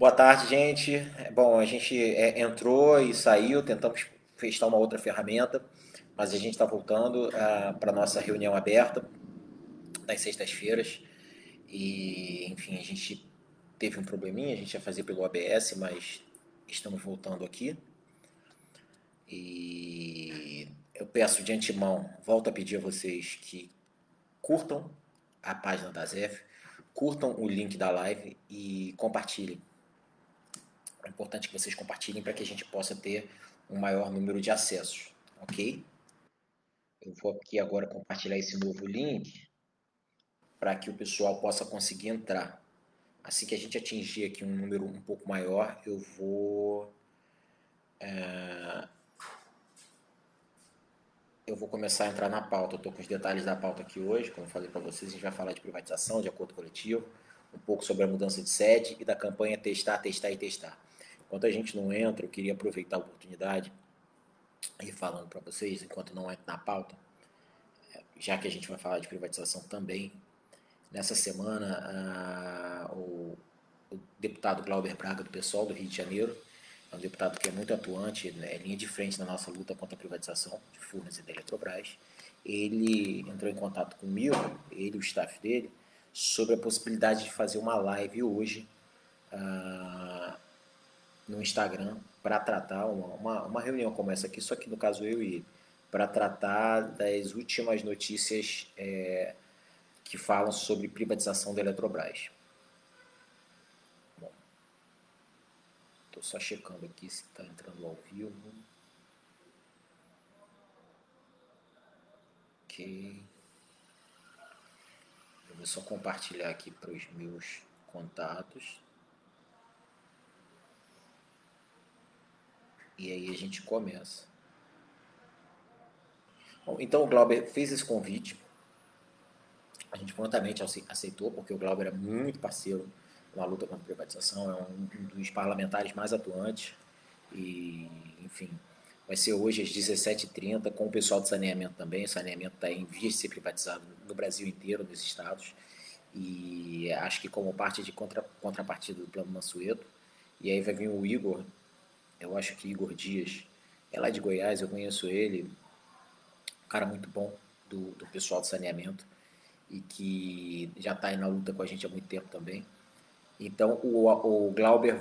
Boa tarde, gente. Bom, a gente entrou e saiu, tentamos testar uma outra ferramenta, mas a gente está voltando para a nossa reunião aberta das sextas-feiras. E, enfim, a gente teve um probleminha, a gente ia fazer pelo OBS, mas estamos voltando aqui. E eu peço de antemão, volto a pedir a vocês que curtam a página da ZEF, curtam o link da live e compartilhem. É importante que vocês compartilhem para que a gente possa ter um maior número de acessos, ok? Eu vou aqui agora compartilhar esse novo link para que o pessoal possa conseguir entrar. Assim que a gente atingir aqui um número um pouco maior, eu vou começar a entrar na pauta. Eu estou com os detalhes da pauta aqui hoje, como eu falei para vocês, a gente vai falar de privatização, de acordo coletivo, um pouco sobre a mudança de sede e da campanha testar, testar e testar. Enquanto a gente não entra, eu queria aproveitar a oportunidade e falando para vocês, enquanto não entra na pauta, já que a gente vai falar de privatização também, nessa semana o deputado Glauber Braga, do PSOL do Rio de Janeiro, é um deputado que é muito atuante, né, é linha de frente na nossa luta contra a privatização de Furnas e da Eletrobras. Ele entrou em contato comigo, ele e o staff dele, sobre a possibilidade de fazer uma live hoje no Instagram para tratar uma reunião como essa aqui, só que no caso eu e ele, para tratar das últimas notícias que falam sobre privatização da Eletrobras. Bom, estou só checando aqui se está entrando ao vivo. Ok. Eu vou só compartilhar aqui para os meus contatos. E aí a gente começa. Bom, então o Glauber fez esse convite. A gente prontamente aceitou, porque o Glauber é muito parceiro na luta contra a privatização, é um dos parlamentares mais atuantes. E, enfim, vai ser hoje às 17h30 com o pessoal do saneamento também. O saneamento está em vias de ser privatizado no Brasil inteiro, nos estados. E acho que como parte de contrapartida do Plano Mansueto. E aí vai vir o Igor, eu acho que Igor Dias, é lá de Goiás, eu conheço ele, um cara muito bom do pessoal do saneamento e que já está aí na luta com a gente há muito tempo também. Então o Glauber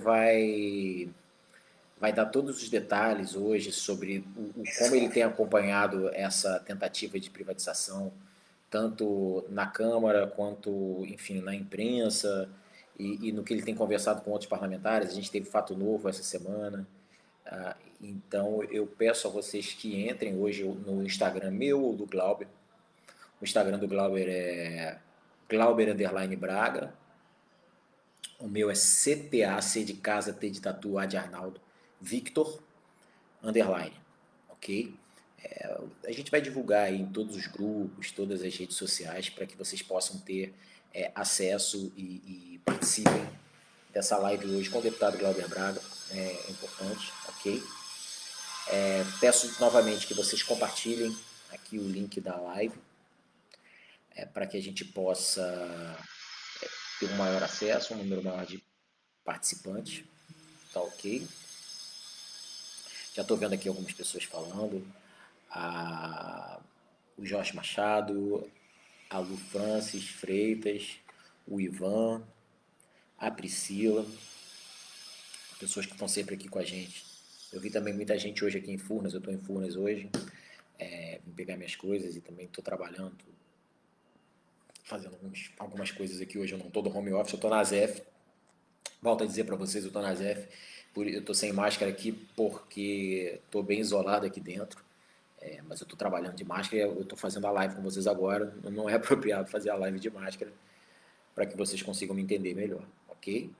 vai dar todos os detalhes hoje sobre como ele tem acompanhado essa tentativa de privatização, tanto na Câmara quanto, enfim, na imprensa e no que ele tem conversado com outros parlamentares. A gente teve fato novo essa semana. Então eu peço a vocês que entrem hoje no Instagram meu ou do Glauber. O Instagram do Glauber é Glauber_Braga. O meu é CTA, C de casa, T de tatu, A de Arnaldo, Victor, underline, ok? A gente vai divulgar aí em todos os grupos, todas as redes sociais, para que vocês possam ter acesso e participem dessa live hoje com o deputado Glauber Braga, é importante, ok? Peço novamente que vocês compartilhem aqui o link da live, para que a gente possa ter um maior acesso, um número maior de participantes, tá ok? Já estou vendo aqui algumas pessoas falando. O Jorge Machado, a Lu Francis Freitas, o Ivan, a Priscila, pessoas que estão sempre aqui com a gente. Eu vi também muita gente hoje aqui em Furnas, eu estou em Furnas hoje, vim pegar minhas coisas e também estou trabalhando, fazendo algumas coisas aqui hoje. Eu não estou do home office, eu estou na ZEF. Volto a dizer para vocês, eu estou na ZEF, eu estou sem máscara aqui porque estou bem isolado aqui dentro. Mas eu estou trabalhando de máscara e eu estou fazendo a live com vocês agora. Não é apropriado fazer a live de máscara para que vocês consigam me entender melhor, ok?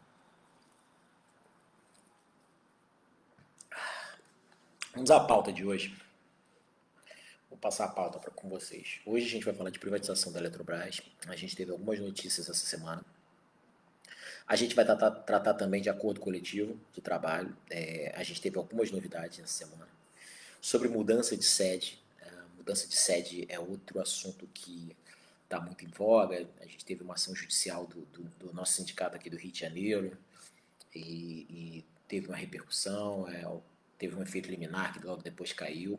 Vamos à pauta de hoje. Vou passar a pauta com vocês. Hoje a gente vai falar de privatização da Eletrobras. A gente teve algumas notícias essa semana. A gente vai tratar também de acordo coletivo de trabalho. A gente teve algumas novidades nessa semana. Sobre mudança de sede. Mudança de sede é outro assunto que está muito em voga. A gente teve uma ação judicial do nosso sindicato aqui do Rio de Janeiro, e teve uma repercussão, teve um efeito liminar que logo depois caiu.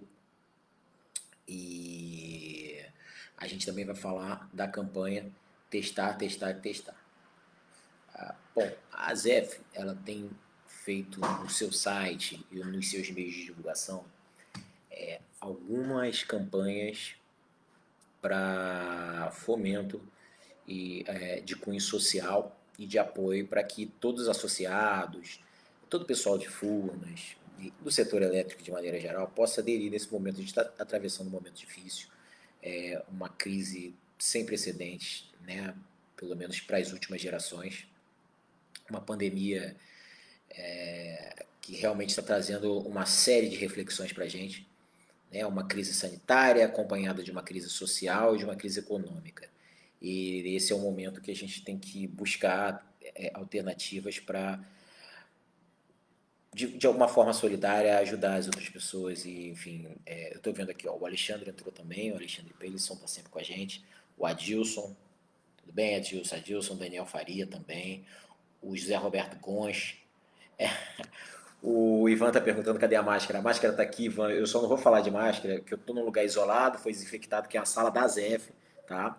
E a gente também vai falar da campanha Testar, Testar e Testar. Bom, a ZEF, ela tem feito no seu site e nos seus meios de divulgação algumas campanhas para fomento de cunho social e de apoio para que todos os associados, todo o pessoal de Furnas, do setor elétrico de maneira geral, possa aderir nesse momento. A gente está atravessando um momento difícil, uma crise sem precedentes, né? Pelo menos para as últimas gerações, uma pandemia que realmente está trazendo uma série de reflexões para a gente, né? Uma crise sanitária acompanhada de uma crise social e de uma crise econômica. E esse é o momento que a gente tem que buscar alternativas para, de alguma forma solidária, ajudar as outras pessoas. E, enfim, eu estou vendo aqui, ó, o Alexandre entrou também, o Alexandre Pelisson está sempre com a gente, o Adilson, tudo bem, Adilson? Adilson, Daniel Faria também, o José Roberto Gonç. O Ivan tá perguntando cadê a máscara. A máscara tá aqui, Ivan. Eu só não vou falar de máscara, porque eu tô num lugar isolado, foi desinfectado, que é a sala da ZF, tá?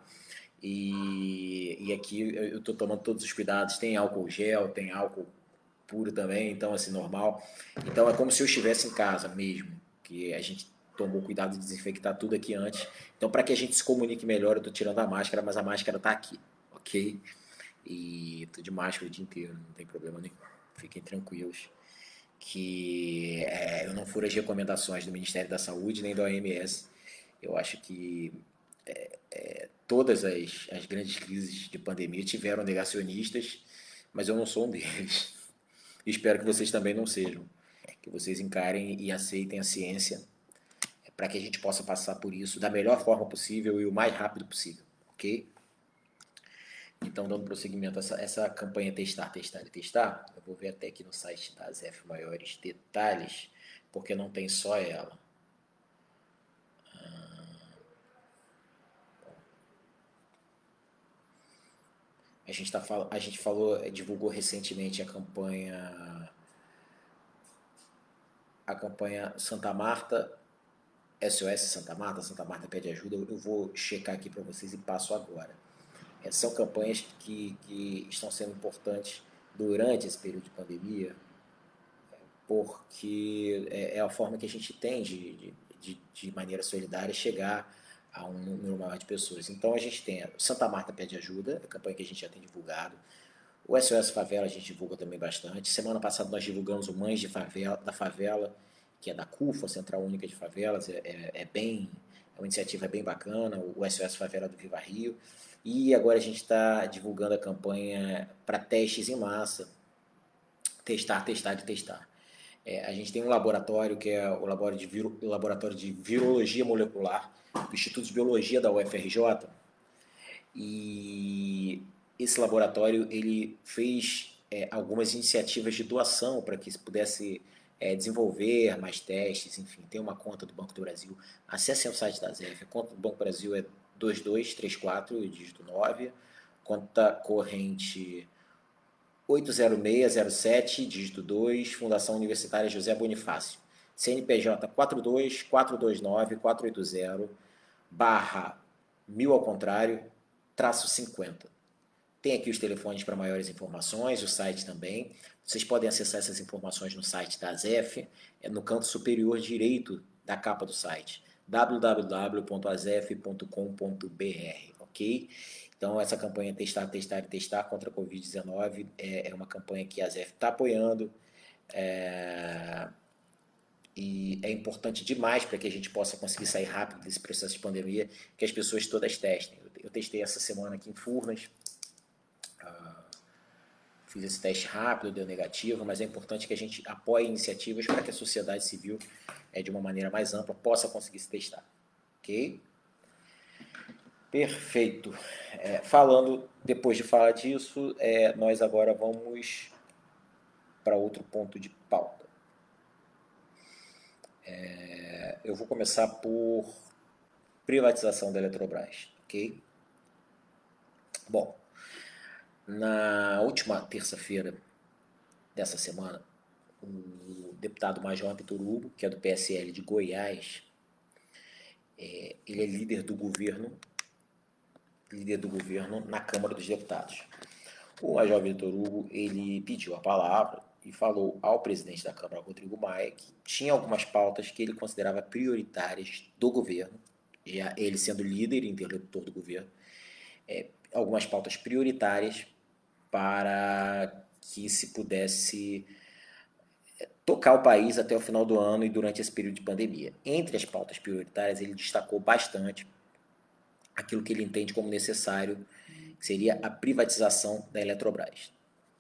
E aqui eu tô tomando todos os cuidados. Tem álcool gel, tem álcool puro também, então assim, normal. Então é como se eu estivesse em casa mesmo, que a gente tomou cuidado de desinfectar tudo aqui antes. Então, para que a gente se comunique melhor, eu tô tirando a máscara, mas a máscara tá aqui, ok? E tô de máscara o dia inteiro, não tem problema nenhum. Fiquem tranquilos que eu não furo as recomendações do Ministério da Saúde nem da OMS. Eu acho que todas as grandes crises de pandemia tiveram negacionistas, mas eu não sou um deles. E espero que vocês também não sejam. Que vocês encarem e aceitem a ciência para que a gente possa passar por isso da melhor forma possível e o mais rápido possível, ok? Então, dando prosseguimento a essa campanha Testar, Testar e Testar, eu vou ver até aqui no site da ZF maiores detalhes, porque não tem só ela. A gente falou, divulgou recentemente a campanha Santa Marta, SOS Santa Marta pede ajuda. Eu vou checar aqui para vocês e passo agora. São campanhas que estão sendo importantes durante esse período de pandemia, porque é a forma que a gente tem de maneira solidária chegar a um número maior de pessoas. Então a gente tem a Santa Marta Pede Ajuda, a campanha que a gente já tem divulgado. O SOS Favela a gente divulga também bastante. Semana passada nós divulgamos o Mães de Favela, da Favela, que é da CUFA, Central Única de Favelas. É uma iniciativa bem bacana, o SOS Favela do Viva Rio. E agora a gente está divulgando a campanha para testes em massa. Testar, testar e testar. A gente tem um laboratório que é o laboratório de Virologia Molecular do Instituto de Biologia da UFRJ, e esse laboratório ele fez algumas iniciativas de doação para que se pudesse desenvolver mais testes, enfim, tem uma conta do Banco do Brasil. Acessem o site da ZEF, a conta do Banco do Brasil é 2234, dígito 9, conta corrente 80607, dígito 2, Fundação Universitária José Bonifácio. CNPJ 42429-480, barra 1000 ao contrário, traço 50. Tem aqui os telefones para maiores informações, o site também. Vocês podem acessar essas informações no site da ZEF, no canto superior direito da capa do site, www.azef.com.br, ok? Então, essa campanha Testar, Testar e Testar contra a Covid-19 é uma campanha que a ZEF está apoiando, e é importante demais para que a gente possa conseguir sair rápido desse processo de pandemia, que as pessoas todas testem. Eu testei essa semana aqui em Furnas, fiz esse teste rápido, deu negativo, mas é importante que a gente apoie iniciativas para que a sociedade civil, de uma maneira mais ampla, possa conseguir se testar. Ok? Perfeito. Depois de falar disso, nós agora vamos para outro ponto de pauta. Eu vou começar por privatização da Eletrobras, ok? Bom, na última terça-feira, dessa semana, o deputado Major Vitor Hugo, que é do PSL de Goiás, ele é líder do governo na Câmara dos Deputados. O Major Vitor Hugo, ele pediu a palavra e falou ao presidente da Câmara, Rodrigo Maia, que tinha algumas pautas que ele considerava prioritárias do governo, ele sendo líder e interlocutor do governo, algumas pautas prioritárias para que se pudesse tocar o país até o final do ano e durante esse período de pandemia. Entre as pautas prioritárias, ele destacou bastante aquilo que ele entende como necessário, que seria a privatização da Eletrobras.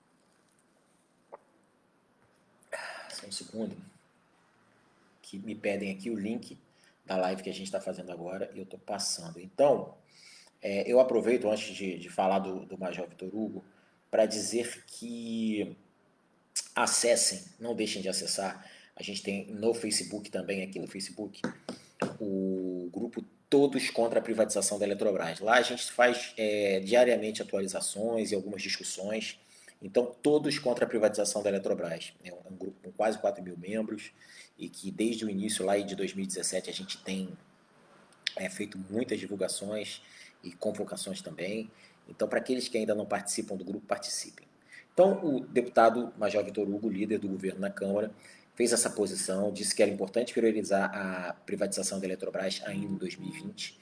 Só um segundo, que me pedem aqui o link da live que a gente está fazendo agora e eu estou passando. Então, eu aproveito, antes de falar do Major Vitor Hugo, para dizer que acessem, não deixem de acessar. A gente tem no Facebook também, aqui no Facebook, o grupo Todos contra a Privatização da Eletrobras. Lá a gente faz diariamente atualizações e algumas discussões. Então, Todos contra a Privatização da Eletrobras. É um grupo com quase 4 mil membros e que desde o início lá de 2017 a gente tem feito muitas divulgações e convocações também. Então, para aqueles que ainda não participam do grupo, participem. Então, o deputado Major Vitor Hugo, líder do governo na Câmara, fez essa posição, disse que era importante priorizar a privatização da Eletrobras ainda em 2020.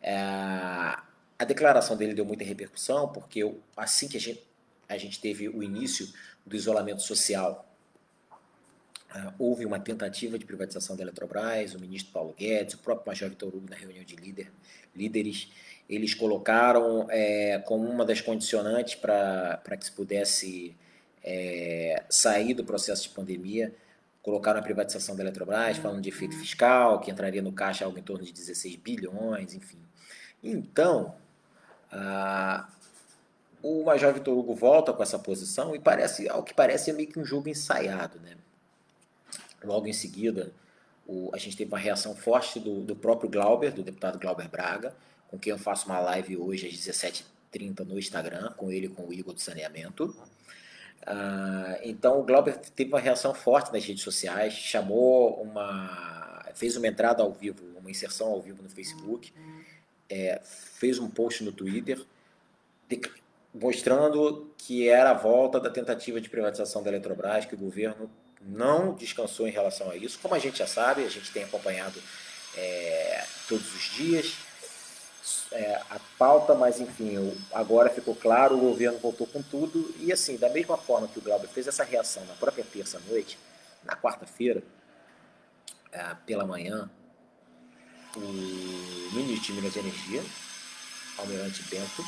A declaração dele deu muita repercussão, porque assim que a gente teve o início do isolamento social, houve uma tentativa de privatização da Eletrobras, o ministro Paulo Guedes, o próprio Major Vitor Hugo na reunião de líderes, eles colocaram como uma das condicionantes para que se pudesse sair do processo de pandemia, colocaram a privatização da Eletrobras, falando de efeito fiscal, que entraria no caixa algo em torno de 16 bilhões, enfim. Então, o Major Vitor Hugo volta com essa posição e parece, ao que parece, é meio que um jogo ensaiado, né? Logo em seguida, a gente teve uma reação forte do próprio Glauber, do deputado Glauber Braga, com quem eu faço uma live hoje às 17h30 no Instagram, com ele e com o Igor do Saneamento. Então o Glauber teve uma reação forte nas redes sociais, fez uma entrada ao vivo, uma inserção ao vivo no Facebook, fez um post no Twitter, mostrando que era a volta da tentativa de privatização da Eletrobras, que o governo não descansou em relação a isso. Como a gente já sabe, a gente tem acompanhado todos os dias a pauta, mas enfim, agora ficou claro, o governo voltou com tudo. E assim, da mesma forma que o Glauber fez essa reação na própria terça-noite, na quarta-feira, pela manhã, o ministro de Minas e Energia, Almirante Bento,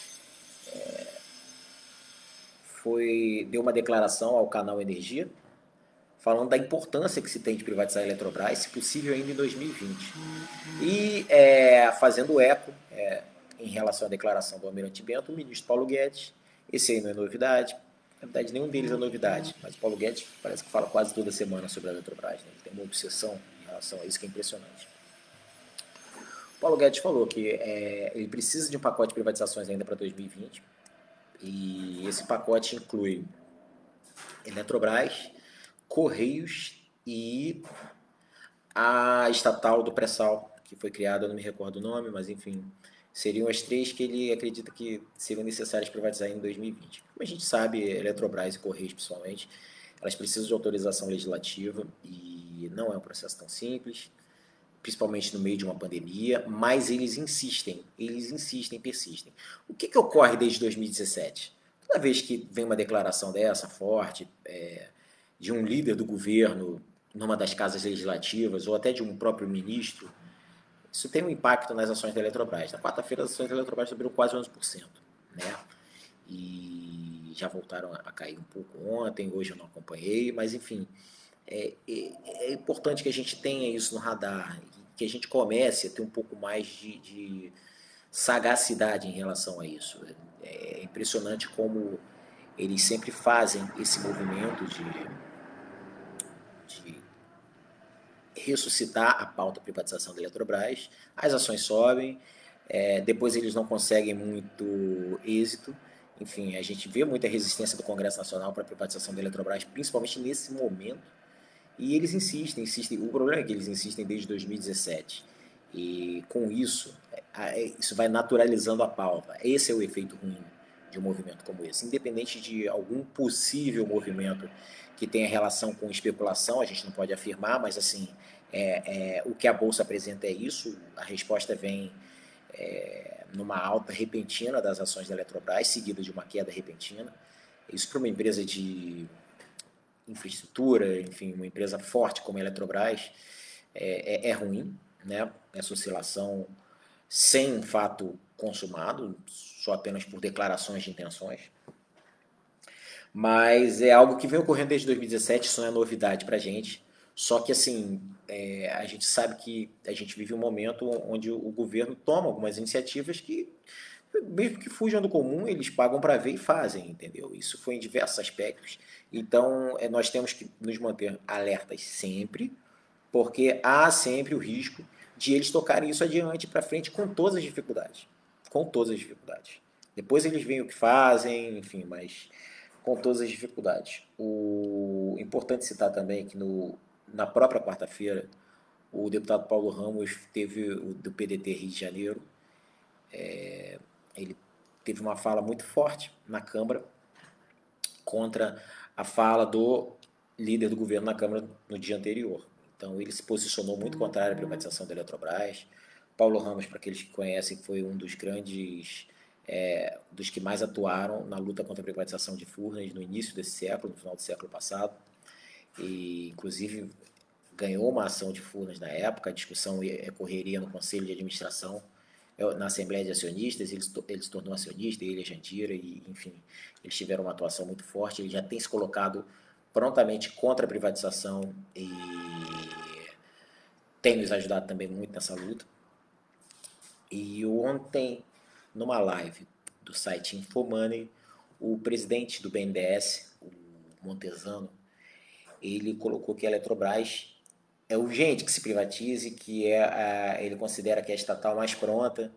deu uma declaração ao canal Energia, falando da importância que se tem de privatizar a Eletrobras, se possível ainda em 2020. E fazendo eco em relação à declaração do Almirante Bento, o ministro Paulo Guedes, esse aí não é novidade, na verdade nenhum deles é novidade, mas o Paulo Guedes parece que fala quase toda semana sobre a Eletrobras, né? Ele tem uma obsessão em relação a isso que é impressionante. O Paulo Guedes falou que ele precisa de um pacote de privatizações ainda para 2020, e esse pacote inclui Eletrobras, Correios e a estatal do pré-sal, que foi criada, eu não me recordo o nome, mas enfim, seriam as três que ele acredita que seriam necessárias privatizar em 2020. Como a gente sabe, Eletrobras e Correios, principalmente, elas precisam de autorização legislativa e não é um processo tão simples, principalmente no meio de uma pandemia, mas eles insistem, persistem. O que ocorre desde 2017? Toda vez que vem uma declaração dessa, forte, de um líder do governo numa das casas legislativas ou até de um próprio ministro, isso tem um impacto nas ações da Eletrobras. Na quarta-feira, as ações da Eletrobras subiram quase 11%, né? E já voltaram a cair um pouco ontem, hoje eu não acompanhei, mas enfim, é importante que a gente tenha isso no radar, que a gente comece a ter um pouco mais de sagacidade em relação a isso. É impressionante como eles sempre fazem esse movimento de ressuscitar a pauta privatização da Eletrobras, as ações sobem, depois eles não conseguem muito êxito, enfim, a gente vê muita resistência do Congresso Nacional para a privatização da Eletrobras, principalmente nesse momento, e eles insistem, insistem. O problema é que eles insistem desde 2017. E com isso, isso vai naturalizando a pauta. Esse é o efeito ruim de um movimento como esse. Independente de algum possível movimento que tenha relação com especulação, a gente não pode afirmar, mas assim, o que a Bolsa apresenta é isso. A resposta vem numa alta repentina das ações da Eletrobras, seguida de uma queda repentina. Isso para uma empresa de infraestrutura, enfim, uma empresa forte como a Eletrobras, é ruim, né? Essa oscilação sem um fato consumado, só apenas por declarações de intenções. Mas é algo que vem ocorrendo desde 2017, isso não é novidade para a gente. Só que, assim, a gente sabe que a gente vive um momento onde o governo toma algumas iniciativas que, mesmo que fujam do comum, eles pagam para ver e fazem, entendeu? Isso foi em diversos aspectos. Então, nós temos que nos manter alertas sempre, porque há sempre o risco de eles tocarem isso adiante para frente com todas as dificuldades. Com todas as dificuldades. Depois eles veem o que fazem, enfim, mas com todas as dificuldades. O importante citar também que na própria quarta-feira, o deputado Paulo Ramos teve, do PDT Rio de Janeiro, ele teve uma fala muito forte na Câmara contra a fala do líder do governo na Câmara no dia anterior. Então ele se posicionou muito contrário à privatização da Eletrobras. Paulo Ramos, para aqueles que conhecem, foi um dos grandes, dos que mais atuaram na luta contra a privatização de Furnas no início desse século, no final do século passado. E, inclusive, ganhou uma ação de Furnas na época, a discussão ocorreria no Conselho de Administração, na Assembleia de Acionistas, ele se tornou acionista, ele e a Jandira, e, enfim, eles tiveram uma atuação muito forte, ele já tem se colocado prontamente contra a privatização e tem nos ajudado também muito nessa luta. E ontem, numa live do site Infomoney, o presidente do BNDES, o Montesano, ele colocou que a Eletrobras é urgente que se privatize, que ele considera que é a estatal mais pronta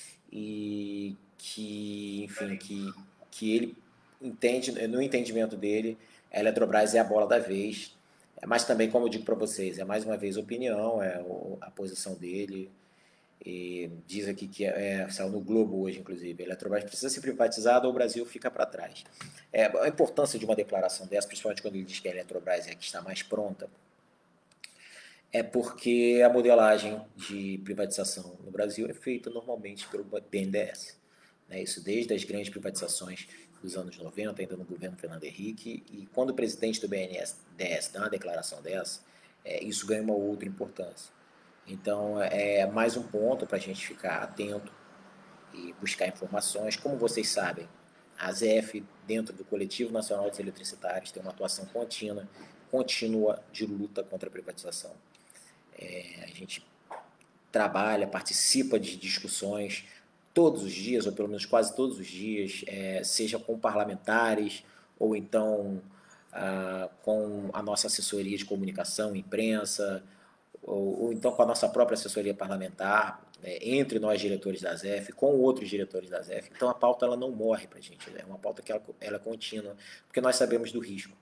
e que, enfim, que ele entende, no entendimento dele, a Eletrobras é a bola da vez. Mas também, como eu digo para vocês, é mais uma vez opinião, a posição dele. E diz aqui que saiu no Globo hoje, inclusive, a Eletrobras precisa ser privatizada ou o Brasil fica para trás. A importância de uma declaração dessa, principalmente quando ele diz que a Eletrobras é a que está mais pronta, é porque a modelagem de privatização no Brasil é feita normalmente pelo BNDES. Isso desde as grandes privatizações dos anos 90, ainda no governo Fernando Henrique, e quando o presidente do BNDES dá uma declaração dessa, isso ganha uma outra importância. Então, é mais um ponto para a gente ficar atento e buscar informações. Como vocês sabem, a ZF, dentro do Coletivo Nacional dos Eletricitários, tem uma atuação contínua de luta contra a privatização. A gente trabalha, participa de discussões todos os dias, ou pelo menos quase todos os dias, seja com parlamentares, ou então com a nossa assessoria de comunicação, imprensa, ou então com a nossa própria assessoria parlamentar, entre nós diretores da ZEF, com outros diretores da ZEF. Então a pauta ela não morre para a gente, é uma pauta que ela é contínua, porque nós sabemos do risco.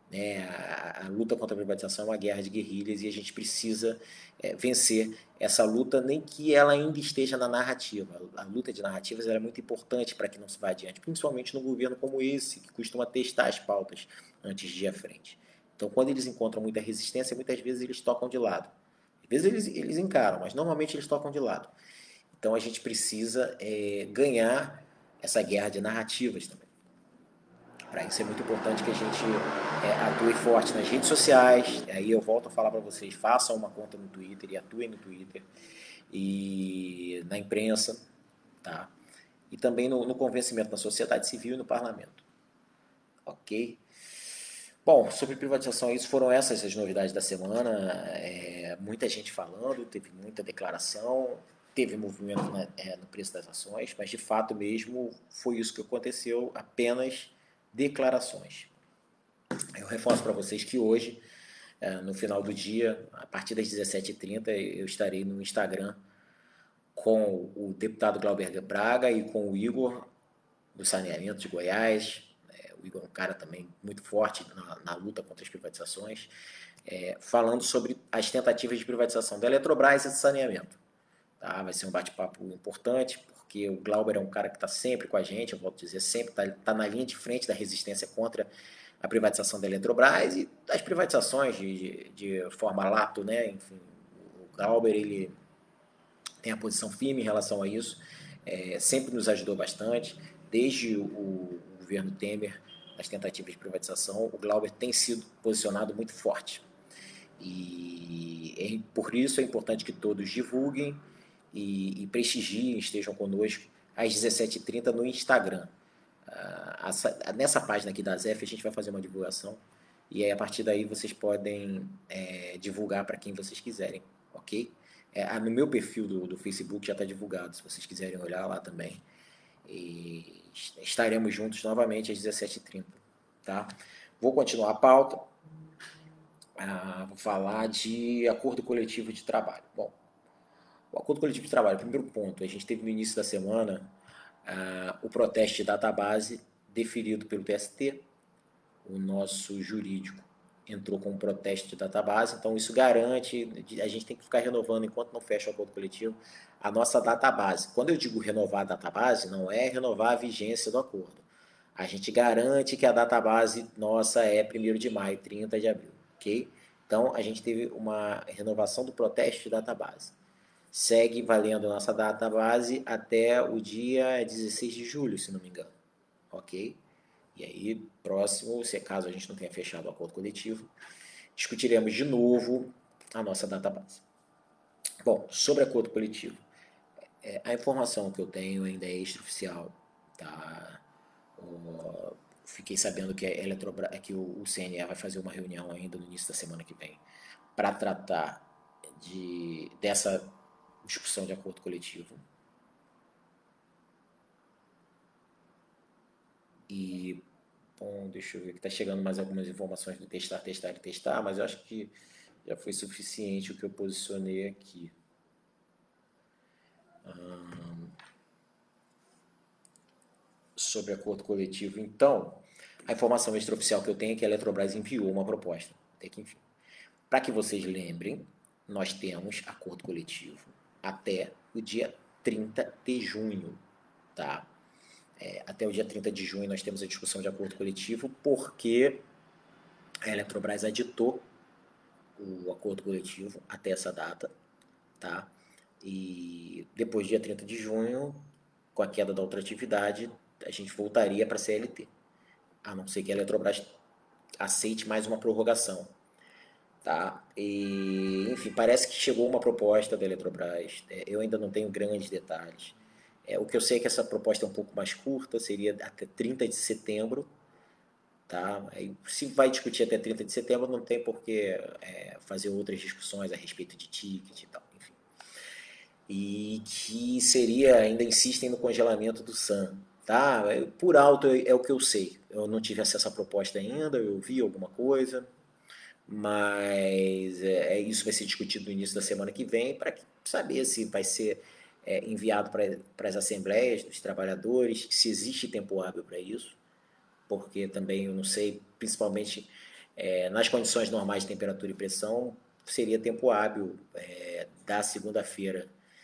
A luta contra a privatização é uma guerra de guerrilhas e a gente precisa vencer essa luta, nem que ela ainda esteja na narrativa. A luta de narrativas é muito importante para que não se vá adiante, principalmente num governo como esse, que costuma testar as pautas antes de ir à frente. Então, quando eles encontram muita resistência, muitas vezes eles tocam de lado. Às vezes eles encaram, mas normalmente eles tocam de lado. Então, a gente precisa ganhar essa guerra de narrativas também. Para isso é muito importante que a gente atue forte nas redes sociais. Aí eu volto a falar para vocês, façam uma conta no Twitter e atuem no Twitter. E na imprensa, tá? E também no convencimento da sociedade civil e no parlamento. Ok? Bom, sobre privatização, isso foram essas as novidades da semana. Muita gente falando, teve muita declaração, teve movimento no preço das ações, mas de fato mesmo foi isso que aconteceu, apenas declarações. Eu reforço para vocês que hoje, no final do dia, a partir das 17h30, eu estarei no Instagram com o deputado Glauber Braga e com o Igor, do Saneamento de Goiás. O Igor é um cara também muito forte na luta contra as privatizações, falando sobre as tentativas de privatização da Eletrobras e do saneamento. Tá? Vai ser um bate-papo importante, porque o Glauber é um cara que está sempre com a gente, eu volto a dizer, sempre está na linha de frente da resistência contra a privatização da Eletrobras e das privatizações de forma lato, né? Enfim, o Glauber, ele tem a posição firme em relação a isso, sempre nos ajudou bastante, desde o governo Temer, nas tentativas de privatização, o Glauber tem sido posicionado muito forte. E por isso é importante que todos divulguem e prestigiem, estejam conosco às 17h30 no Instagram. Nessa página aqui da ZEF a gente vai fazer uma divulgação e aí a partir daí vocês podem divulgar para quem vocês quiserem, ok? No meu perfil do Facebook já está divulgado, se vocês quiserem olhar lá também. E estaremos juntos novamente às 17h30, tá? Vou continuar a pauta. Vou falar de acordo coletivo de trabalho. Bom, o acordo coletivo de trabalho, primeiro ponto, a gente teve no início da semana o protesto de database deferido pelo TST, o nosso jurídico entrou com um protesto de database, então isso garante, a gente tem que ficar renovando enquanto não fecha o acordo coletivo, a nossa database. Quando eu digo renovar a database, não é renovar a vigência do acordo. A gente garante que a database nossa é 1º de maio, 30 de abril, ok? Então, a gente teve uma renovação do protesto de database. Segue valendo a nossa database até o dia 16 de julho, se não me engano, ok? E aí, próximo, se caso a gente não tenha fechado o acordo coletivo, discutiremos de novo a nossa database. Bom, sobre acordo coletivo, a informação que eu tenho ainda é extraoficial, tá? Fiquei sabendo que, que o CNE vai fazer uma reunião ainda no início da semana que vem para tratar dessa discussão de acordo coletivo. E, bom, deixa eu ver, que está chegando mais algumas informações do testar, mas eu acho que já foi suficiente o que eu posicionei aqui. Sobre acordo coletivo, então, a informação extraoficial que eu tenho é que a Eletrobras enviou uma proposta. Até que, enfim. Para que vocês lembrem, nós temos acordo coletivo até o dia 30 de junho, tá? Até o dia 30 de junho nós temos a discussão de acordo coletivo, porque a Eletrobras aditou o acordo coletivo até essa data, tá? E depois do dia 30 de junho, com a queda da ultratividade, a gente voltaria para a CLT, a não ser que a Eletrobras aceite mais uma prorrogação, tá? E, enfim, parece que chegou uma proposta da Eletrobras, eu ainda não tenho grandes detalhes. O que eu sei é que essa proposta é um pouco mais curta, seria até 30 de setembro, tá? Aí, se vai discutir até 30 de setembro, não tem por que fazer outras discussões a respeito de ticket e tal, enfim. E que seria, ainda insistem no congelamento do SAM, tá? Por alto é o que eu sei. Eu não tive acesso à proposta ainda, eu vi alguma coisa, mas isso vai ser discutido no início da semana que vem para saber se vai ser enviado para as assembleias dos trabalhadores, se existe tempo hábil para isso, porque também eu não sei, principalmente nas condições normais de temperatura e pressão, seria tempo hábil da segunda-feira,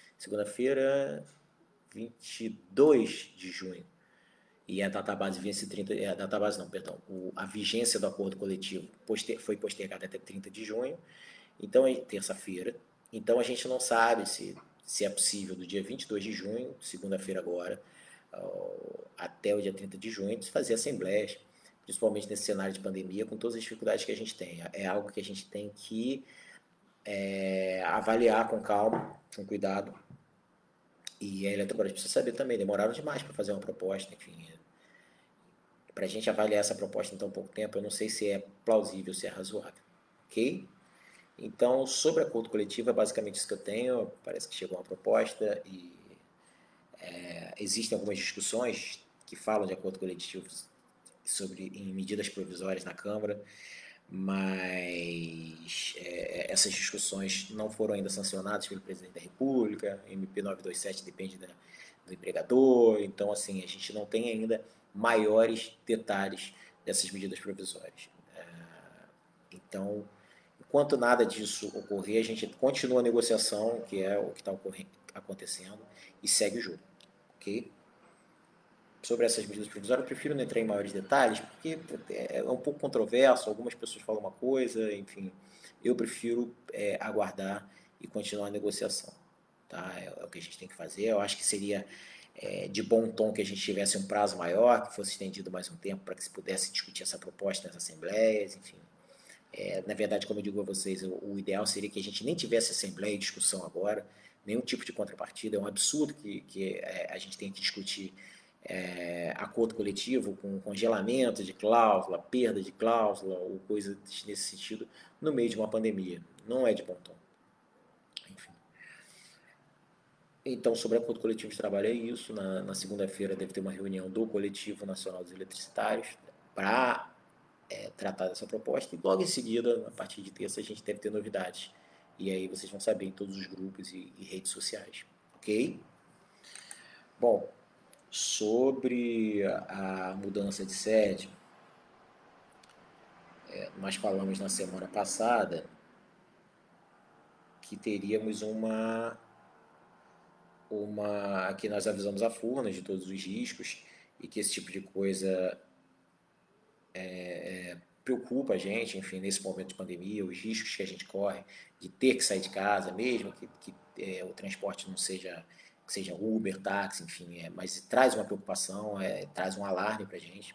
22 de junho. E a database vence 30, a database não, perdão, a vigência do acordo coletivo foi postergada até 30 de junho, então é terça-feira, então a gente não sabe se é possível do dia 22 de junho, segunda-feira agora, até o dia 30 de junho, fazer assembleias, principalmente nesse cenário de pandemia, com todas as dificuldades que a gente tem. É algo que a gente tem que avaliar com calma, com cuidado. E a Eletrobras precisa saber também, demoraram demais para fazer uma proposta, enfim. Para a gente avaliar essa proposta em tão pouco tempo, eu não sei se é plausível, se é razoável. Ok? Então, sobre acordo coletivo, é basicamente isso que eu tenho. Parece que chegou uma proposta e existem algumas discussões que falam de acordo coletivo em medidas provisórias na Câmara, mas essas discussões não foram ainda sancionadas pelo Presidente da República. MP 927 depende do empregador. Então, assim, a gente não tem ainda maiores detalhes dessas medidas provisórias. Então, enquanto nada disso ocorrer, a gente continua a negociação, que é o que está acontecendo, e segue o jogo, ok? Sobre essas medidas provisórias, eu prefiro não entrar em maiores detalhes, porque é um pouco controverso, algumas pessoas falam uma coisa, enfim. Eu prefiro aguardar e continuar a negociação. Tá? É o que a gente tem que fazer. Eu acho que seria de bom tom que a gente tivesse um prazo maior, que fosse estendido mais um tempo para que se pudesse discutir essa proposta nas assembleias, enfim. Na verdade, como eu digo a vocês, o ideal seria que a gente nem tivesse assembleia e discussão agora, nenhum tipo de contrapartida. É um absurdo que a gente tenha que discutir acordo coletivo com congelamento de cláusula, perda de cláusula ou coisa nesse sentido no meio de uma pandemia. Não é de bom tom. Enfim. Então, sobre acordo coletivo de trabalho é isso. Na segunda-feira deve ter uma reunião do Coletivo Nacional dos Eletricitários para tratar dessa proposta e logo em seguida, a partir de terça, a gente deve ter novidades. E aí vocês vão saber em todos os grupos e redes sociais. Ok? Bom, sobre a mudança de sede, nós falamos na semana passada que teríamos que nós avisamos a Furnas de todos os riscos e que esse tipo de coisa preocupa a gente, enfim, nesse momento de pandemia, os riscos que a gente corre de ter que sair de casa, mesmo que o transporte não seja que seja Uber, táxi, enfim, mas traz uma preocupação, traz um alarme para a gente.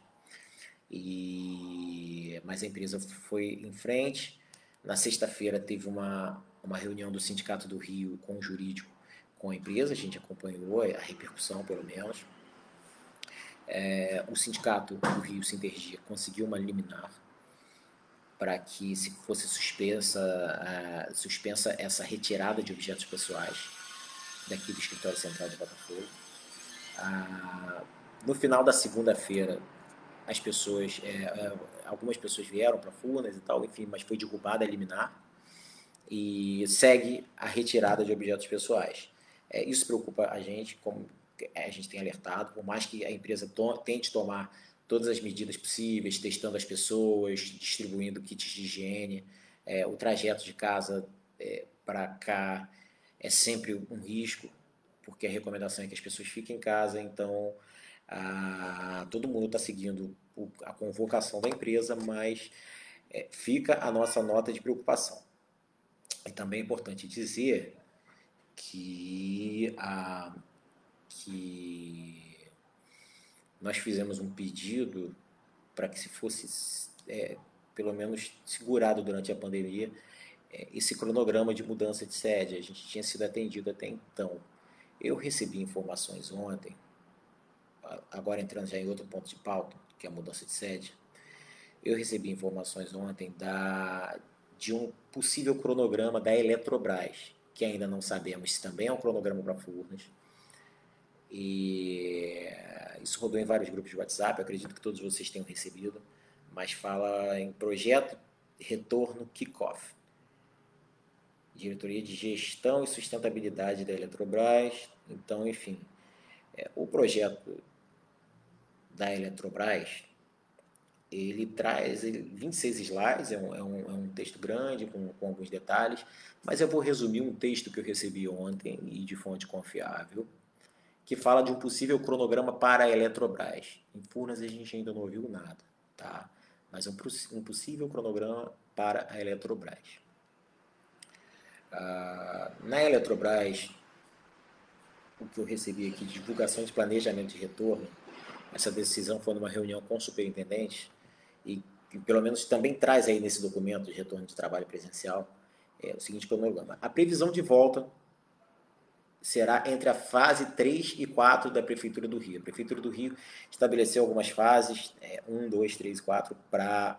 Mas a empresa foi em frente. Na sexta-feira teve uma reunião do Sindicato do Rio com o jurídico, com a empresa, a gente acompanhou a repercussão, pelo menos. O Sindicato do Rio, Sintergia, conseguiu uma liminar para que se fosse suspensa essa retirada de objetos pessoais daqui do escritório central de Botafogo. No final da segunda-feira, algumas pessoas vieram para Furnas e tal, enfim, mas foi derrubada a liminar e segue a retirada de objetos pessoais. Isso preocupa a gente, como a gente tem alertado, por mais que a empresa tente tomar todas as medidas possíveis, testando as pessoas, distribuindo kits de higiene, o trajeto de casa para cá é sempre um risco, porque a recomendação é que as pessoas fiquem em casa, então todo mundo está seguindo a convocação da empresa, mas fica a nossa nota de preocupação. E também é importante dizer que nós fizemos um pedido para que se fosse, pelo menos, segurado durante a pandemia esse cronograma de mudança de sede. A gente tinha sido atendido até então. Eu recebi informações ontem, agora entrando já em outro ponto de pauta, que é a mudança de sede. Eu recebi informações ontem de um possível cronograma da Eletrobras, que ainda não sabemos se também é um cronograma para Furnas. E isso rodou em vários grupos de WhatsApp, eu acredito que todos vocês tenham recebido, mas fala em projeto retorno kickoff. Diretoria de Gestão e Sustentabilidade da Eletrobras. Então, enfim, o projeto da Eletrobras, ele traz 26 slides, é um texto grande, com alguns detalhes, mas eu vou resumir um texto que eu recebi ontem e de fonte confiável, que fala de um possível cronograma para a Eletrobras. Em Furnas a gente ainda não ouviu nada, tá? Mas um possível cronograma para a Eletrobras. Na Eletrobras, o que eu recebi aqui de divulgação de planejamento de retorno, essa decisão foi numa reunião com o superintendente e pelo menos também traz aí nesse documento de retorno de trabalho presencial o seguinte cronograma. A previsão de volta será entre a fase 3 e 4 da Prefeitura do Rio. A Prefeitura do Rio estabeleceu algumas fases, 1, 2, 3 e 4, para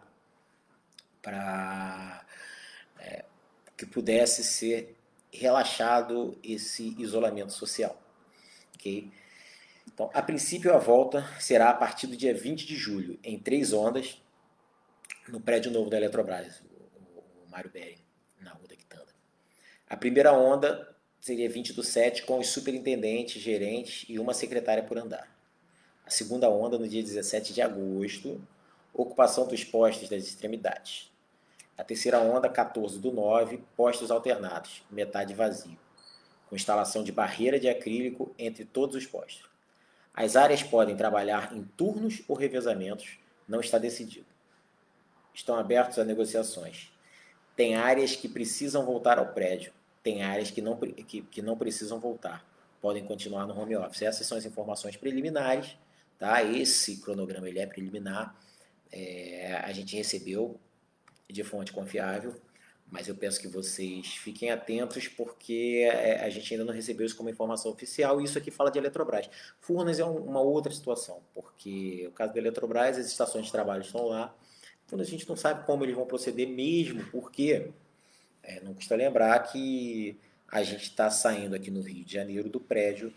que pudesse ser relaxado esse isolamento social. Okay? Então, a princípio, a volta será a partir do dia 20 de julho, em 3 ondas, no prédio novo da Eletrobras, o Mário Bering, na Rua da Quitanda. A primeira onda seria 20/7, com os superintendentes, gerentes e uma secretária por andar. A segunda onda no dia 17 de agosto, ocupação dos postos das extremidades. A terceira onda, 14/9, postos alternados, metade vazio, com instalação de barreira de acrílico entre todos os postos. As áreas podem trabalhar em turnos ou revezamentos, não está decidido. Estão abertos a negociações. Tem áreas que precisam voltar ao prédio, tem áreas que não precisam voltar, podem continuar no home office. Essas são as informações preliminares, tá? Esse cronograma ele é preliminar, a gente recebeu de fonte confiável, mas eu peço que vocês fiquem atentos porque a gente ainda não recebeu isso como informação oficial e isso aqui fala de Eletrobras. Furnas é uma outra situação, porque o caso da Eletrobras, as estações de trabalho estão lá, Furnas a gente não sabe como eles vão proceder mesmo, porque não custa lembrar que a gente está saindo aqui no Rio de Janeiro do prédio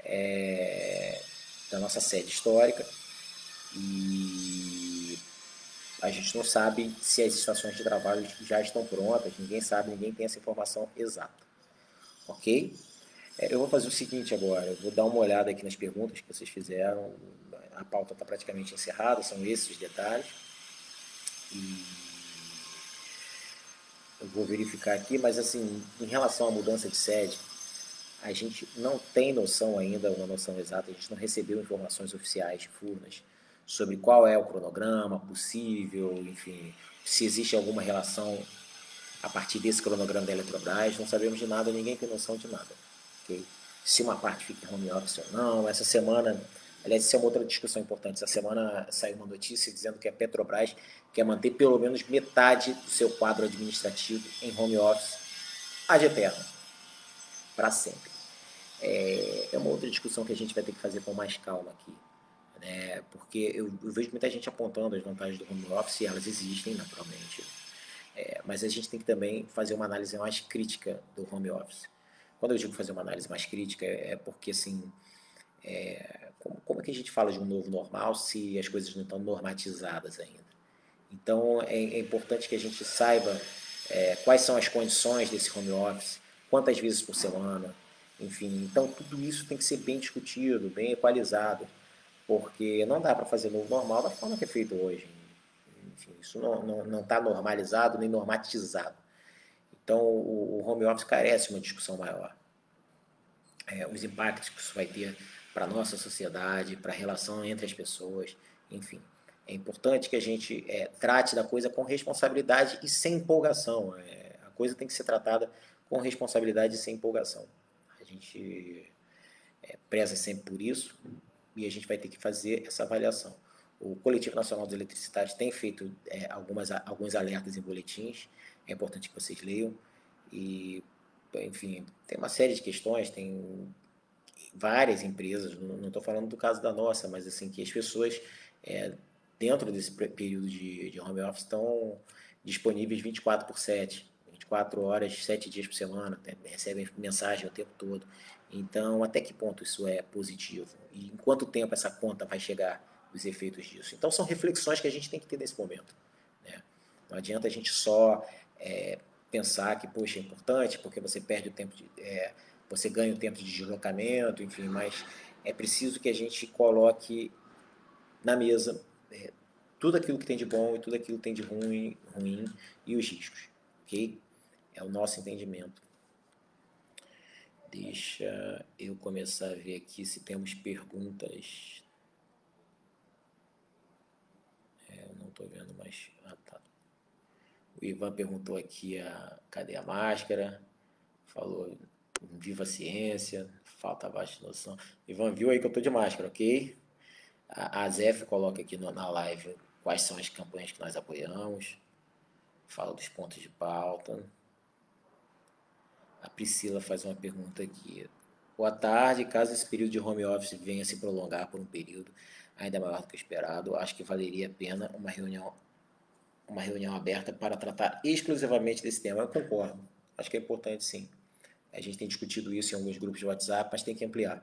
da nossa sede histórica e a gente não sabe se as estações de trabalho já estão prontas, ninguém sabe, ninguém tem essa informação exata. Ok? Eu vou fazer o seguinte agora, eu vou dar uma olhada aqui nas perguntas que vocês fizeram, a pauta está praticamente encerrada, são esses os detalhes. E eu vou verificar aqui, mas assim, em relação à mudança de sede, a gente não tem noção ainda, uma noção exata, a gente não recebeu informações oficiais de Furnas sobre qual é o cronograma possível, enfim, se existe alguma relação a partir desse cronograma da Eletrobras, não sabemos de nada, ninguém tem noção de nada. Okay? Se uma parte fica em home office ou não, essa semana, aliás, isso é uma outra discussão importante, essa semana saiu uma notícia dizendo que a Petrobras quer manter pelo menos metade do seu quadro administrativo em home office ad eterno, para sempre. É uma outra discussão que a gente vai ter que fazer com mais calma aqui. Né? Porque eu vejo muita gente apontando as vantagens do home office, e elas existem, naturalmente. Mas a gente tem que também fazer uma análise mais crítica do home office. Quando eu digo fazer uma análise mais crítica, é porque, assim, como é que a gente fala de um novo normal se as coisas não estão normatizadas ainda? Então, é importante que a gente saiba quais são as condições desse home office, quantas vezes por semana, enfim. Então, tudo isso tem que ser bem discutido, bem equalizado, porque não dá para fazer novo normal da forma que é feito hoje. Enfim, isso não está normalizado nem normatizado. Então, o home office carece de uma discussão maior. Os impactos que isso vai ter para a nossa sociedade, para a relação entre as pessoas, enfim. É importante que a gente trate da coisa com responsabilidade e sem empolgação. A coisa tem que ser tratada com responsabilidade e sem empolgação. A gente preza sempre por isso e a gente vai ter que fazer essa avaliação. O Coletivo Nacional dos Eletricitários tem feito alguns alertas em boletins, é importante que vocês leiam. E, enfim, tem uma série de questões, tem várias empresas, não estou falando do caso da nossa, mas assim, que as pessoas dentro desse período de home office estão disponíveis 24/7, 24 horas, 7 dias por semana, recebem mensagem o tempo todo. Então, até que ponto isso é positivo? E em quanto tempo essa conta vai chegar, os efeitos disso? Então, são reflexões que a gente tem que ter nesse momento. Né? Não adianta a gente só pensar que, poxa, é importante, porque você perde o tempo você ganha o tempo de deslocamento, enfim, mas é preciso que a gente coloque na mesa tudo aquilo que tem de bom e tudo aquilo que tem de ruim e os riscos, ok? É o nosso entendimento. Deixa eu começar a ver aqui se temos perguntas. Eu não estou vendo mais. Ah, tá. O Ivan perguntou aqui cadê a máscara? Falou, viva a ciência, falta baixa noção. Ivan, viu aí que eu estou de máscara, ok? A Zef coloca aqui na live quais são as campanhas que nós apoiamos. Fala dos pontos de pauta. A Priscila faz uma pergunta aqui. Boa tarde, caso esse período de home office venha se prolongar por um período ainda maior do que o esperado, acho que valeria a pena uma reunião aberta para tratar exclusivamente desse tema. Eu concordo. Acho que é importante, sim. A gente tem discutido isso em alguns grupos de WhatsApp, mas tem que ampliar.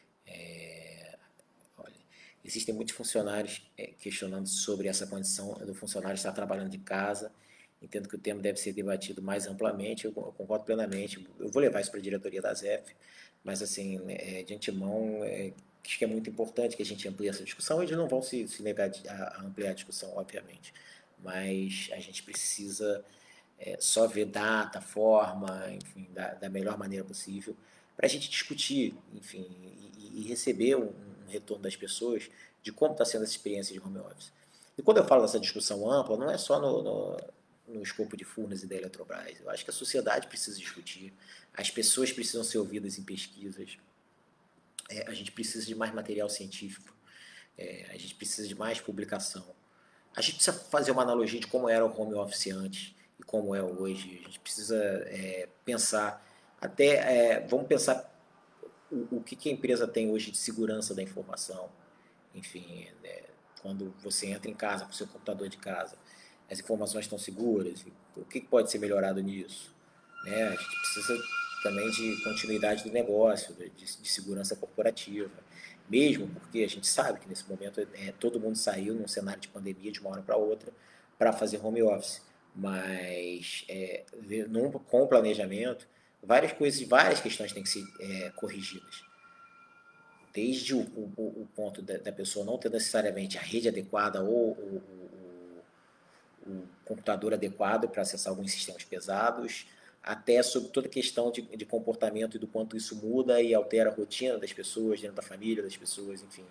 Olha, existem muitos funcionários questionando sobre essa condição do funcionário estar trabalhando de casa Entendo que o tema deve ser debatido mais amplamente, eu concordo plenamente. Eu vou levar isso para a diretoria da ZEF, mas, assim, de antemão, acho que é muito importante que a gente amplie essa discussão. Eles não vão se negar a ampliar a discussão, obviamente, mas a gente precisa só ver data, forma, enfim, da melhor maneira possível, para a gente discutir, enfim, e receber um retorno das pessoas de como está sendo essa experiência de home office. E quando eu falo dessa discussão ampla, não é só no escopo de Furnas e da Eletrobras. Eu acho que a sociedade precisa discutir, as pessoas precisam ser ouvidas em pesquisas, a gente precisa de mais material científico, a gente precisa de mais publicação. A gente precisa fazer uma analogia de como era o home office antes e como é hoje. A gente precisa pensar, vamos pensar o que a empresa tem hoje de segurança da informação. Enfim, quando você entra em casa com o seu computador de casa, as informações estão seguras, o que pode ser melhorado nisso? A gente precisa também de continuidade do negócio, de segurança corporativa, mesmo porque a gente sabe que nesse momento todo mundo saiu num cenário de pandemia de uma hora para outra para fazer home office, mas com o planejamento, várias questões têm que ser corrigidas, desde o ponto da pessoa não ter necessariamente a rede adequada ou o computador adequado para acessar alguns sistemas pesados, até sobre toda a questão de comportamento e do quanto isso muda e altera a rotina das pessoas, dentro da família das pessoas, enfim.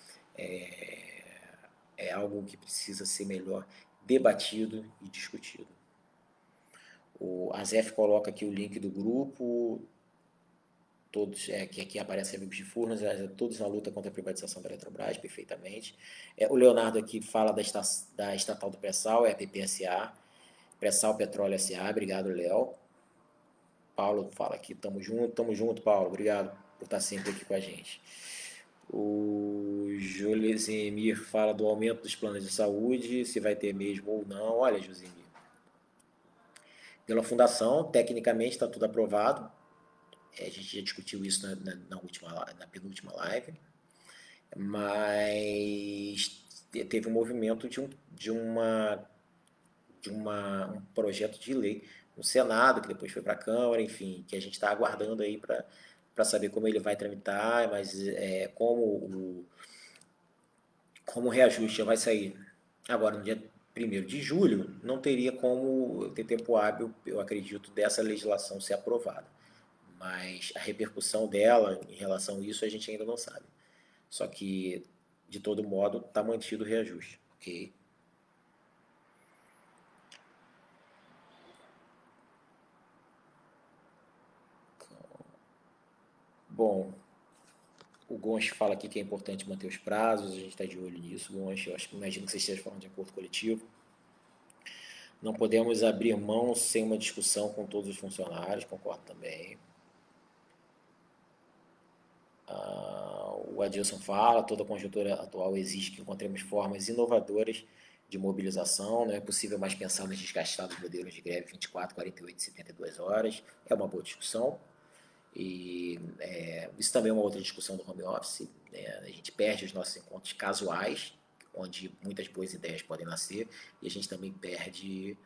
É algo que precisa ser melhor debatido e discutido. A ZEF coloca aqui o link do grupo, todos, que aqui aparece Amigos de Furnas, todos na luta contra a privatização da Eletrobras, perfeitamente. O Leonardo aqui fala da estatal do pré-sal, a PPSA, Pré-sal Petróleo S.A., obrigado, Léo. Paulo fala aqui, tamo junto, Paulo, obrigado por estar sempre aqui com a gente. O Josemir fala do aumento dos planos de saúde, se vai ter mesmo ou não. Olha, Josemir, pela fundação, tecnicamente está tudo aprovado. A gente já discutiu isso na penúltima live, mas teve um movimento de um projeto de lei no Senado, que depois foi para a Câmara, enfim, que a gente está aguardando aí para saber como ele vai tramitar, mas como o reajuste já vai sair agora no dia 1º de julho, não teria como ter tempo hábil, eu acredito, dessa legislação ser aprovada. Mas a repercussão dela em relação a isso a gente ainda não sabe. Só que, de todo modo, está mantido o reajuste, ok? Bom, o Gonch fala aqui que é importante manter os prazos, a gente está de olho nisso, Gonch, imagino que você esteja falando de acordo coletivo. Não podemos abrir mão sem uma discussão com todos os funcionários, concordo também. O Adilson fala, toda a conjuntura atual exige que encontremos formas inovadoras de mobilização, não é possível mais pensar nos desgastados modelos de greve 24, 48 e 72 horas, é uma boa discussão. E isso também é uma outra discussão do home office, a gente perde os nossos encontros casuais, onde muitas boas ideias podem nascer, e a gente também perde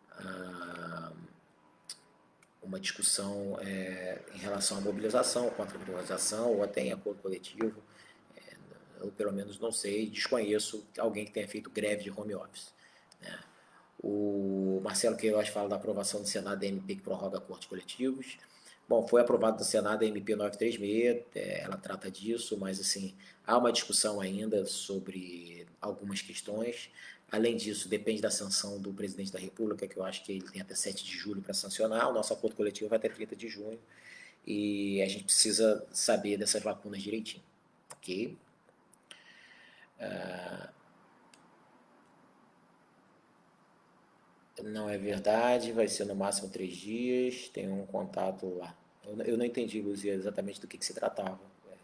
uma discussão em relação à mobilização, contra a privatização, ou até em acordo coletivo. Eu, pelo menos, não sei, desconheço alguém que tenha feito greve de home office. Né? O Marcelo Queiroz fala da aprovação do Senado da MP que prorroga acordos coletivos. Bom, foi aprovado no Senado a MP 936, ela trata disso, mas assim, há uma discussão ainda sobre algumas questões. Além disso, depende da sanção do presidente da República, que eu acho que ele tem até 7 de julho para sancionar. O nosso acordo coletivo vai até 30 de junho. E a gente precisa saber dessas lacunas direitinho. Ok? Não é verdade, vai ser no máximo 3 dias. Tem um contato lá. Eu não entendi, Luzia, exatamente do que se tratava.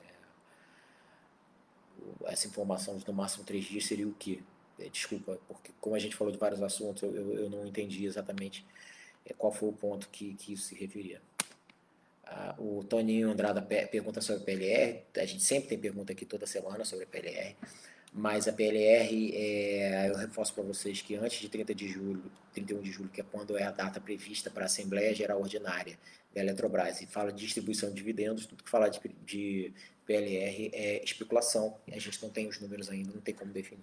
Essa informação de no máximo 3 dias seria o quê? Desculpa, porque como a gente falou de vários assuntos, eu não entendi exatamente qual foi o ponto que isso se referia. O Toninho Andrada pergunta sobre a PLR. A gente sempre tem pergunta aqui toda semana sobre a PLR. mas a PLR, eu reforço para vocês que antes de 31 de julho, que é quando é a data prevista para a Assembleia Geral Ordinária da Eletrobras, e fala de distribuição de dividendos, tudo que falar de PLR é especulação, e a gente não tem os números ainda, não tem como definir.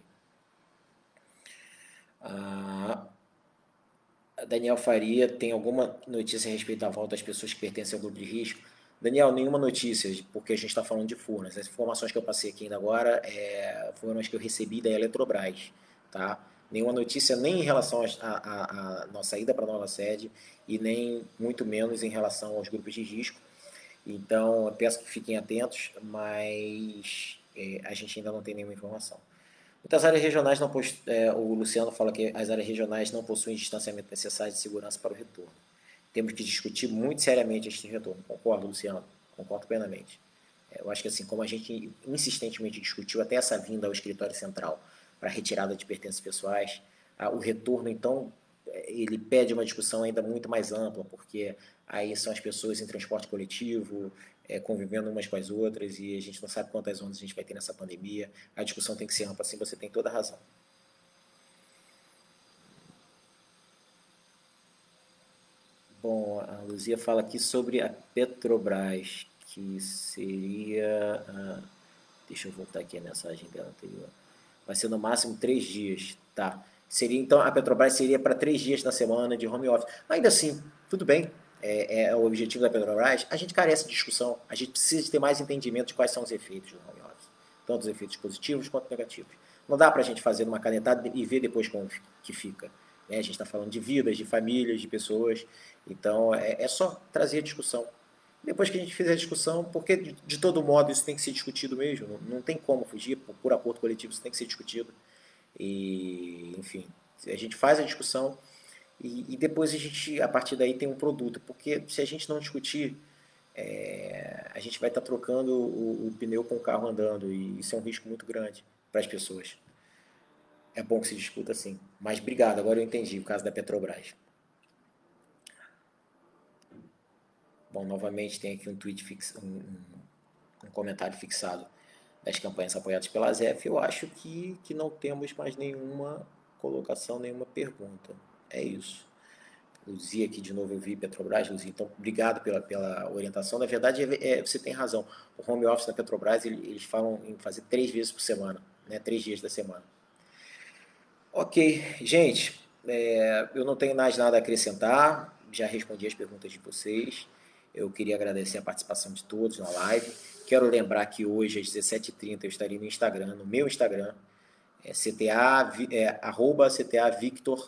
Daniel Faria, tem alguma notícia a respeito da volta das pessoas que pertencem ao grupo de risco? Daniel, nenhuma notícia, porque a gente está falando de Furnas. As informações que eu passei aqui ainda agora foram as que eu recebi da Eletrobras. Tá? Nenhuma notícia nem em relação à nossa ida para a nova sede e nem muito menos em relação aos grupos de risco. Então, eu peço que fiquem atentos, mas a gente ainda não tem nenhuma informação. Muitas áreas regionais não o Luciano fala que as áreas regionais não possuem distanciamento necessário de segurança para o retorno. Temos que discutir muito seriamente este retorno. Concordo, Luciano? Concordo plenamente. Eu acho que assim, como a gente insistentemente discutiu até essa vinda ao escritório central para retirada de pertences pessoais, o retorno, então, ele pede uma discussão ainda muito mais ampla, porque aí são as pessoas em transporte coletivo, convivendo umas com as outras, e a gente não sabe quantas ondas a gente vai ter nessa pandemia. A discussão tem que ser ampla, assim, você tem toda a razão. Bom, a Luzia fala aqui sobre a Petrobras, que seria... deixa eu voltar aqui a mensagem dela anterior. Vai ser no máximo 3 dias, tá? Seria, então, a Petrobras seria para 3 dias na semana de home office. Ainda assim, tudo bem, é o objetivo da Petrobras. A gente carece de discussão, a gente precisa de ter mais entendimento de quais são os efeitos do home office. Tanto os efeitos positivos quanto negativos. Não dá para a gente fazer uma canetada e ver depois como que fica. A gente está falando de vidas, de famílias, de pessoas. Então, é só trazer a discussão. Depois que a gente fizer a discussão, porque de todo modo isso tem que ser discutido mesmo, não tem como fugir, por acordo coletivo isso tem que ser discutido. E, enfim, a gente faz a discussão e depois a gente, a partir daí, tem um produto. Porque se a gente não discutir, a gente vai estar trocando o pneu com o carro andando e isso é um risco muito grande para as pessoas. É bom que se discuta assim. Mas obrigado, agora eu entendi o caso da Petrobras. Bom, novamente tem aqui um tweet um comentário fixado das campanhas apoiadas pela ZEF. Eu acho que não temos mais nenhuma colocação, nenhuma pergunta. É isso. Luzia aqui de novo, eu vi Petrobras, Luzia, então obrigado pela orientação. Na verdade, você tem razão. O home office da Petrobras, eles falam em fazer 3 vezes por semana, né? 3 dias da semana. Ok, gente, eu não tenho mais nada a acrescentar, já respondi as perguntas de vocês. Eu queria agradecer a participação de todos na live. Quero lembrar que hoje, às 17h30, eu estarei no Instagram, no meu Instagram, @CTA Victor,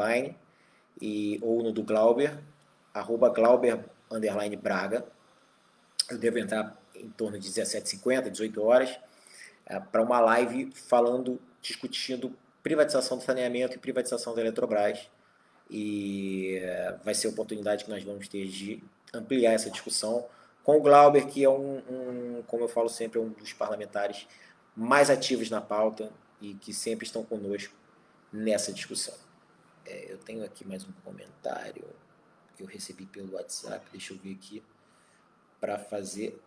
ou no do Glauber, @Glauber, Braga. Eu devo entrar em torno de 17h50, 18 horas, para uma live discutindo privatização do saneamento e privatização da Eletrobras. E vai ser a oportunidade que nós vamos ter de ampliar essa discussão com o Glauber, que é como eu falo sempre, é um dos parlamentares mais ativos na pauta e que sempre estão conosco nessa discussão. Eu tenho aqui mais um comentário que eu recebi pelo WhatsApp, deixa eu ver aqui, para fazer...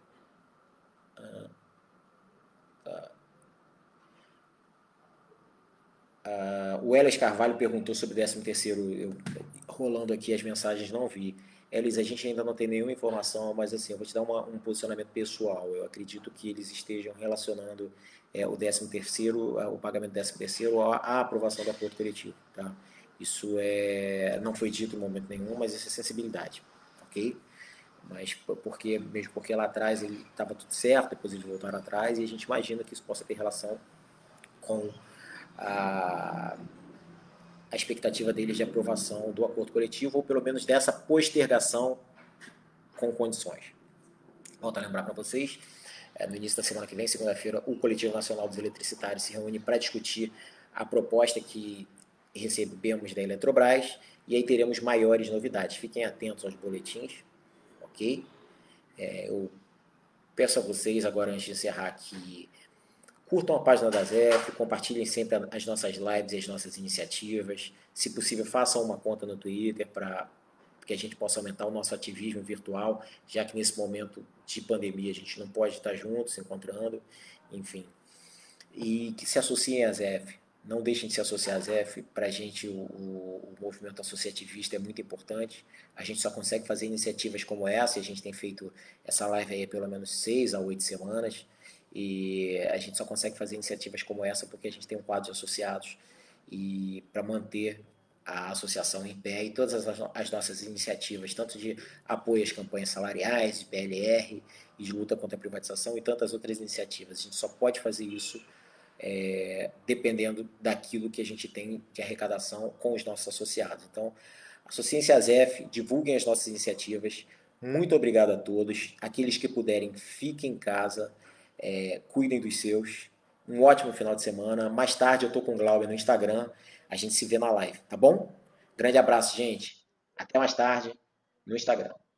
o Elis Carvalho perguntou sobre o 13º, eu rolando aqui as mensagens não vi. Elis, a gente ainda não tem nenhuma informação, mas assim, eu vou te dar um posicionamento pessoal. Eu acredito que eles estejam relacionando o 13º, o pagamento do 13º à aprovação do acordo coletivo. Tá? Isso não foi dito em momento nenhum, mas isso é sensibilidade, ok? Mas mesmo porque lá atrás ele estava tudo certo, depois eles voltaram atrás, e a gente imagina que isso possa ter relação com a expectativa deles de aprovação do acordo coletivo, ou pelo menos dessa postergação com condições. Volto a lembrar para vocês, no início da semana que vem, segunda-feira, o Coletivo Nacional dos Eletricitários se reúne para discutir a proposta que recebemos da Eletrobras, e aí teremos maiores novidades. Fiquem atentos aos boletins, ok? Eu peço a vocês, agora antes de encerrar, que curtam a página da ZEF, compartilhem sempre as nossas lives e as nossas iniciativas. Se possível, façam uma conta no Twitter para que a gente possa aumentar o nosso ativismo virtual, já que nesse momento de pandemia a gente não pode estar junto, se encontrando, enfim. e que se associem à ZF. Não deixem de se associar à ZF. Para a gente, o movimento associativista é muito importante. A gente só consegue fazer iniciativas como essa, e a gente tem feito essa live aí há pelo menos 6 a 8 semanas, e a gente só consegue fazer iniciativas como essa porque a gente tem um quadro de associados e para manter a associação em pé e todas as nossas iniciativas, tanto de apoio às campanhas salariais, de PLR e de luta contra a privatização e tantas outras iniciativas. A gente só pode fazer isso dependendo daquilo que a gente tem de arrecadação com os nossos associados. Então, associem-se à ZEF, divulguem as nossas iniciativas. Muito obrigado a todos. Aqueles que puderem, fiquem em casa, cuidem dos seus. Um ótimo final de semana. Mais tarde eu estou com o Glauber no Instagram. A gente se vê na live, tá bom? Grande abraço, gente. Até mais tarde no Instagram.